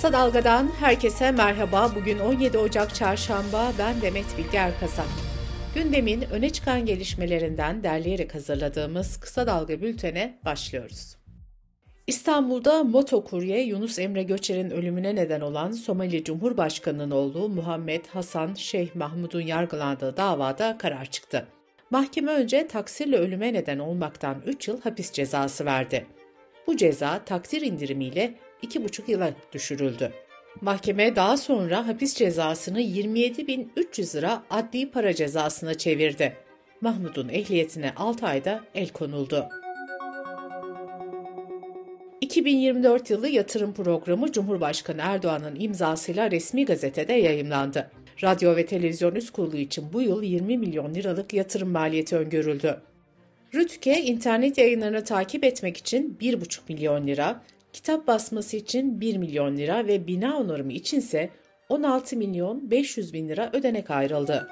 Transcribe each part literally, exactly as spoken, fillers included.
Kısa Dalga'dan herkese merhaba. Bugün on yedi Ocak Çarşamba, ben Demet Bilge Erkasap. Gündemin öne çıkan gelişmelerinden derleyerek hazırladığımız Kısa Dalga bültene başlıyoruz. İstanbul'da motokurye Yunus Emre Göçer'in ölümüne neden olan Somali Cumhurbaşkanı'nın oğlu Muhammed Hasan Şeyh Mahmud'un yargılandığı davada karar çıktı. Mahkeme önce taksirle ölüme neden olmaktan üç yıl hapis cezası verdi. Bu ceza takdir indirimiyle iki buçuk yıla düşürüldü. Mahkeme daha sonra hapis cezasını yirmi yedi bin üç yüz lira adli para cezasına çevirdi. Mahmud'un ehliyetine altı ayda el konuldu. iki bin yirmi dört yılı yatırım programı Cumhurbaşkanı Erdoğan'ın imzasıyla resmi gazetede yayımlandı. Radyo ve Televizyon Üst Kurulu için bu yıl yirmi milyon liralık yatırım maliyeti öngörüldü. Rütke, internet yayınlarını takip etmek için bir buçuk milyon lira, kitap basması için bir milyon lira ve bina onarımı içinse on altı milyon beş yüz bin lira ödenek ayrıldı.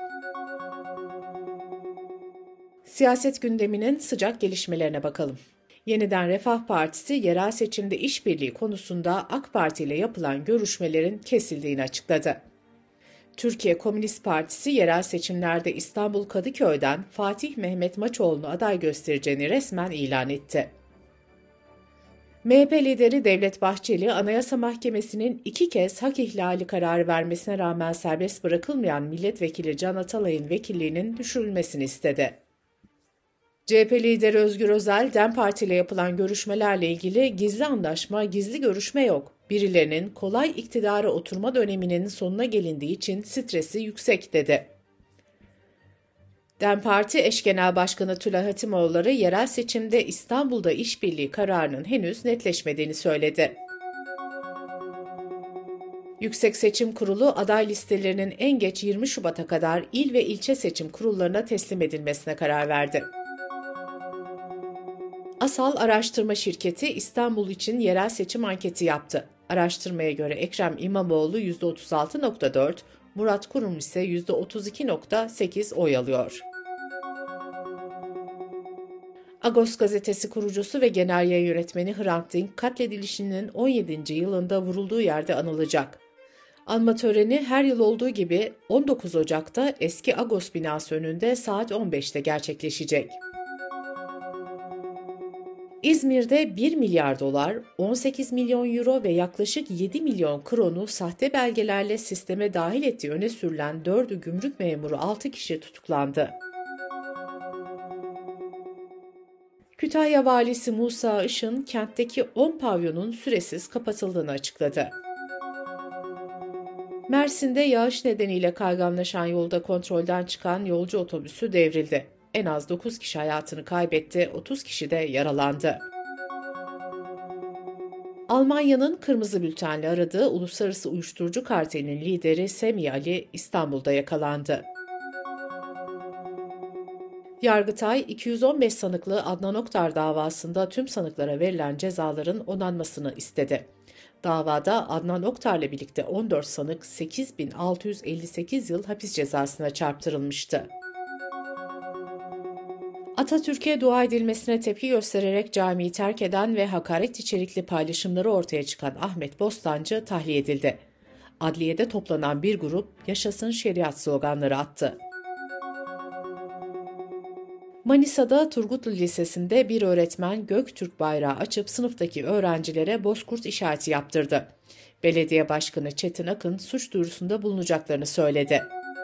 Siyaset gündeminin sıcak gelişmelerine bakalım. Yeniden Refah Partisi, yerel seçimde işbirliği konusunda AK Parti ile yapılan görüşmelerin kesildiğini açıkladı. Türkiye Komünist Partisi, yerel seçimlerde İstanbul Kadıköy'den Fatih Mehmet Maçoğlu'nu aday göstereceğini resmen ilan etti. M H P lideri Devlet Bahçeli, Anayasa Mahkemesi'nin iki kez hak ihlali kararı vermesine rağmen serbest bırakılmayan milletvekili Can Atalay'ın vekilliğinin düşürülmesini istedi. C H P lideri Özgür Özel, DEM Parti ile yapılan görüşmelerle ilgili gizli anlaşma, gizli görüşme yok. Birilerinin kolay iktidara oturma döneminin sonuna gelindiği için stresi yüksek dedi. DEM Parti eş genel başkanı Tülay Hatimoğulları, yerel seçimde İstanbul'da işbirliği kararının henüz netleşmediğini söyledi. Yüksek Seçim Kurulu, aday listelerinin en geç yirmi Şubat'a kadar il ve ilçe seçim kurullarına teslim edilmesine karar verdi. Asal Araştırma Şirketi İstanbul için yerel seçim anketi yaptı. Araştırmaya göre Ekrem İmamoğlu yüzde otuz altı virgül dört, Murat Kurum ise yüzde otuz iki virgül sekiz oy alıyor. Agos gazetesi kurucusu ve genel yayın yönetmeni Hrant Dink, katledilişinin on yedinci yılında vurulduğu yerde anılacak. Anma töreni her yıl olduğu gibi on dokuz Ocak'ta eski Agos binası önünde saat on beşte gerçekleşecek. İzmir'de bir milyar dolar, on sekiz milyon euro ve yaklaşık yedi milyon kronu sahte belgelerle sisteme dahil ettiği öne sürülen dördü gümrük memuru altı kişi tutuklandı. Kütahya Valisi Musa Işın, kentteki on pavyonun süresiz kapatıldığını açıkladı. Mersin'de yağış nedeniyle kayganlaşan yolda kontrolden çıkan yolcu otobüsü devrildi. En az dokuz kişi hayatını kaybetti, otuz kişi de yaralandı. Almanya'nın kırmızı bültenle aradığı uluslararası uyuşturucu kartelinin lideri Semih Ali İstanbul'da yakalandı. Yargıtay, iki yüz on beş sanıklı Adnan Oktar davasında tüm sanıklara verilen cezaların onanmasını istedi. Davada Adnan Oktar'la birlikte on dört sanık sekiz bin altı yüz elli sekiz yıl hapis cezasına çarptırılmıştı. Atatürk'e dua edilmesine tepki göstererek camiyi terk eden ve hakaret içerikli paylaşımları ortaya çıkan Ahmet Bostancı tahliye edildi. Adliyede toplanan bir grup "Yaşasın şeriat" sloganları attı. Manisa'da Turgutlu Lisesi'nde bir öğretmen Göktürk bayrağı açıp sınıftaki öğrencilere bozkurt işareti yaptırdı. Belediye Başkanı Çetin Akın suç duyurusunda bulunacaklarını söyledi.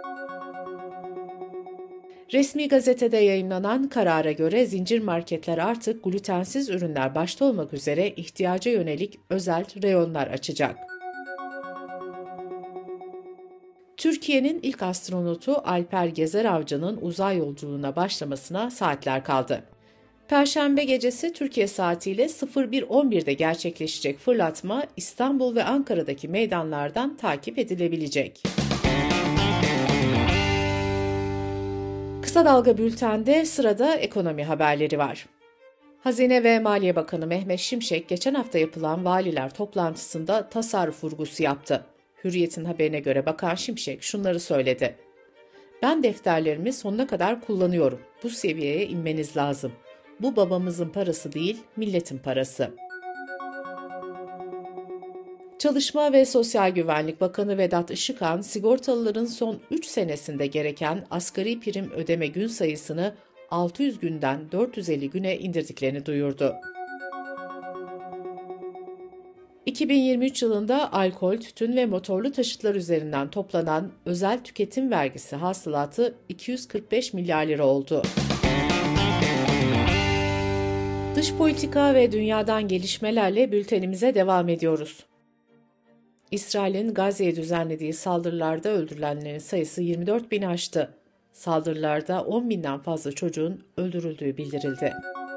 Resmi gazetede yayımlanan karara göre zincir marketler artık glutensiz ürünler başta olmak üzere ihtiyaca yönelik özel reyonlar açacak. Türkiye'nin ilk astronotu Alper Gezer Avcı'nın uzay yolculuğuna başlamasına saatler kaldı. Perşembe gecesi Türkiye saatiyle bir on birde gerçekleşecek fırlatma İstanbul ve Ankara'daki meydanlardan takip edilebilecek. Kısa Dalga Bülten'de sırada ekonomi haberleri var. Hazine ve Maliye Bakanı Mehmet Şimşek geçen hafta yapılan valiler toplantısında tasarruf vurgusu yaptı. Hürriyet'in haberine göre Bakan Şimşek şunları söyledi. "Ben defterlerimi sonuna kadar kullanıyorum. Bu seviyeye inmeniz lazım. Bu babamızın parası değil, milletin parası." Çalışma ve Sosyal Güvenlik Bakanı Vedat Işıkhan, sigortalıların son üç senesinde gereken asgari prim ödeme gün sayısını altı yüz günden dört yüz elli güne indirdiklerini duyurdu. iki bin yirmi üç yılında alkol, tütün ve motorlu taşıtlar üzerinden toplanan özel tüketim vergisi hasılatı iki yüz kırk beş milyar lira oldu. Dış politika ve dünyadan gelişmelerle bültenimize devam ediyoruz. İsrail'in Gazze'ye düzenlediği saldırılarda öldürülenlerin sayısı yirmi dört bini aştı. Saldırılarda on binden fazla çocuğun öldürüldüğü bildirildi.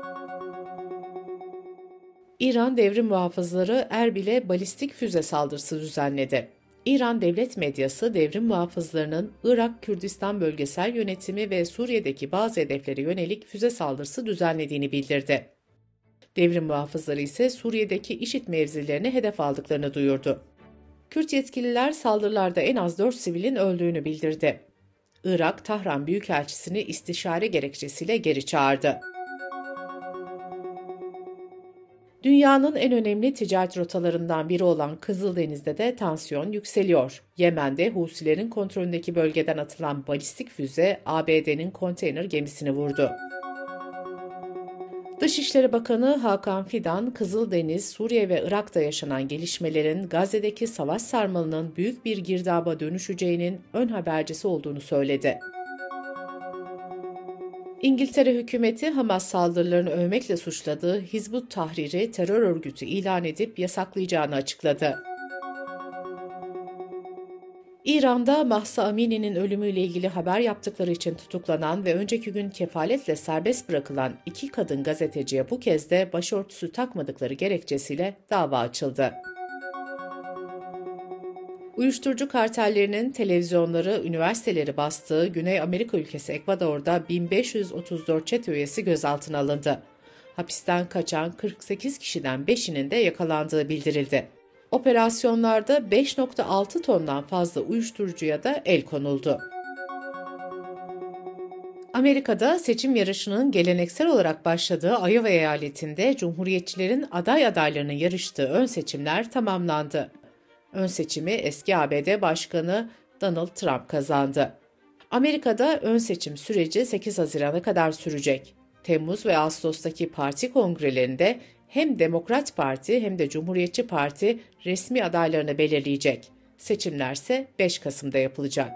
İran devrim muhafızları Erbil'e balistik füze saldırısı düzenledi. İran devlet medyası devrim muhafızlarının Irak Kürdistan Bölgesel Yönetimi ve Suriye'deki bazı hedeflere yönelik füze saldırısı düzenlediğini bildirdi. Devrim muhafızları ise Suriye'deki IŞİD mevzilerini hedef aldıklarını duyurdu. Kürt yetkililer saldırılarda en az dört sivilin öldüğünü bildirdi. Irak, Tahran Büyükelçisini istişare gerekçesiyle geri çağırdı. Dünyanın en önemli ticaret rotalarından biri olan Kızıldeniz'de de tansiyon yükseliyor. Yemen'de Husilerin kontrolündeki bölgeden atılan balistik füze A B D'nin konteyner gemisini vurdu. Dışişleri Bakanı Hakan Fidan, Kızıldeniz, Suriye ve Irak'ta yaşanan gelişmelerin Gazze'deki savaş sarmalının büyük bir girdaba dönüşeceğinin ön habercisi olduğunu söyledi. İngiltere hükümeti Hamas saldırılarını övmekle suçladığı Hizbut Tahrir'i terör örgütü ilan edip yasaklayacağını açıkladı. İran'da Mahsa Amini'nin ölümüyle ilgili haber yaptıkları için tutuklanan ve önceki gün kefaletle serbest bırakılan iki kadın gazeteciye bu kez de başörtüsü takmadıkları gerekçesiyle dava açıldı. Uyuşturucu kartellerinin televizyonları, üniversiteleri bastığı Güney Amerika ülkesi Ekvador'da bin beş yüz otuz dört çete üyesi gözaltına alındı. Hapisten kaçan kırk sekiz kişiden beşinin de yakalandığı bildirildi. Operasyonlarda beş virgül altı tondan fazla uyuşturucuya da el konuldu. Amerika'da seçim yarışının geleneksel olarak başladığı Iowa eyaletinde Cumhuriyetçilerin aday adaylarının yarıştığı ön seçimler tamamlandı. Ön seçimi eski A B D Başkanı Donald Trump kazandı. Amerika'da ön seçim süreci sekiz Haziran'a kadar sürecek. Temmuz ve Ağustos'taki parti kongrelerinde hem Demokrat Parti hem de Cumhuriyetçi Parti resmi adaylarını belirleyecek. Seçimlerse beş Kasım'da yapılacak.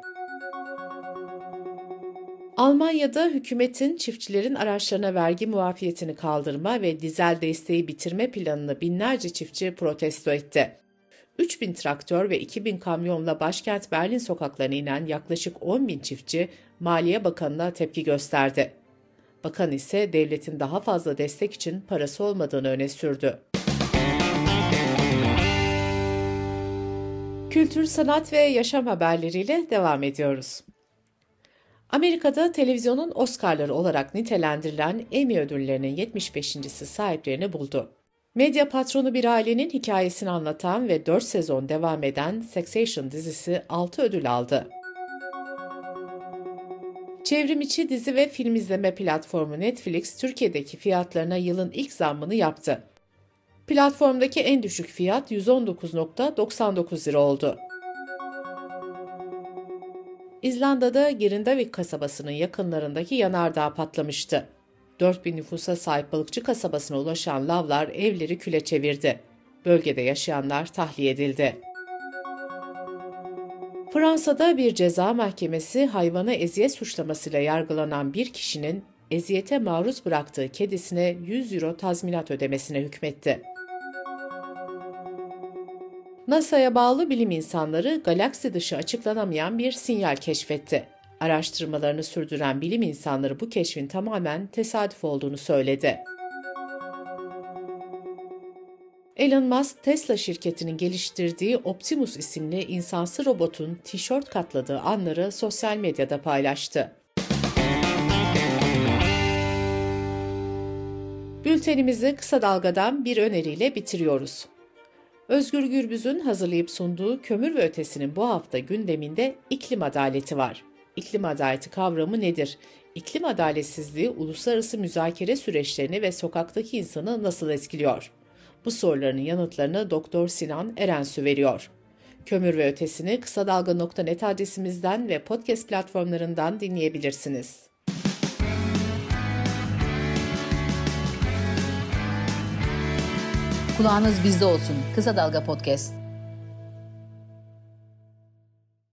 Almanya'da hükümetin çiftçilerin araçlarına vergi muafiyetini kaldırma ve dizel desteği bitirme planını binlerce çiftçi protesto etti. üç bin traktör ve iki bin kamyonla başkent Berlin sokaklarına inen yaklaşık on bin çiftçi Maliye Bakanı'na tepki gösterdi. Bakan ise devletin daha fazla destek için parası olmadığını öne sürdü. Kültür, sanat ve yaşam haberleriyle devam ediyoruz. Amerika'da televizyonun Oscar'ları olarak nitelendirilen Emmy ödüllerinin yetmiş beşincisi sahiplerini buldu. Medya patronu bir ailenin hikayesini anlatan ve dört sezon devam eden Succession dizisi altı ödül aldı. Çevrimiçi dizi ve film izleme platformu Netflix, Türkiye'deki fiyatlarına yılın ilk zammını yaptı. Platformdaki en düşük fiyat yüz on dokuz virgül doksan dokuz lira oldu. İzlanda'da Grindavik kasabasının yakınlarındaki yanardağ patlamıştı. dört bin nüfusa sahip balıkçı kasabasına ulaşan lavlar evleri küle çevirdi. Bölgede yaşayanlar tahliye edildi. Fransa'da bir ceza mahkemesi hayvana eziyet suçlamasıyla yargılanan bir kişinin eziyete maruz bıraktığı kedisine yüz euro tazminat ödemesine hükmetti. NASA'ya bağlı bilim insanları galaksi dışı açıklanamayan bir sinyal keşfetti. Araştırmalarını sürdüren bilim insanları bu keşfin tamamen tesadüf olduğunu söyledi. Elon Musk, Tesla şirketinin geliştirdiği Optimus isimli insansı robotun tişört katladığı anları sosyal medyada paylaştı. Bültenimizi kısa dalgadan bir öneriyle bitiriyoruz. Özgür Gürbüz'ün hazırlayıp sunduğu Kömür ve Ötesi'nin bu hafta gündeminde iklim adaleti var. İklim adaleti kavramı nedir? İklim adaletsizliği uluslararası müzakere süreçlerini ve sokaktaki insanı nasıl etkiliyor? Bu soruların yanıtlarını Doktor Sinan Erensu veriyor. Kömür ve Ötesi'ni kısa dalga nokta net adresimizden ve podcast platformlarından dinleyebilirsiniz. Kulağınız bizde olsun. Kısa Dalga Podcast.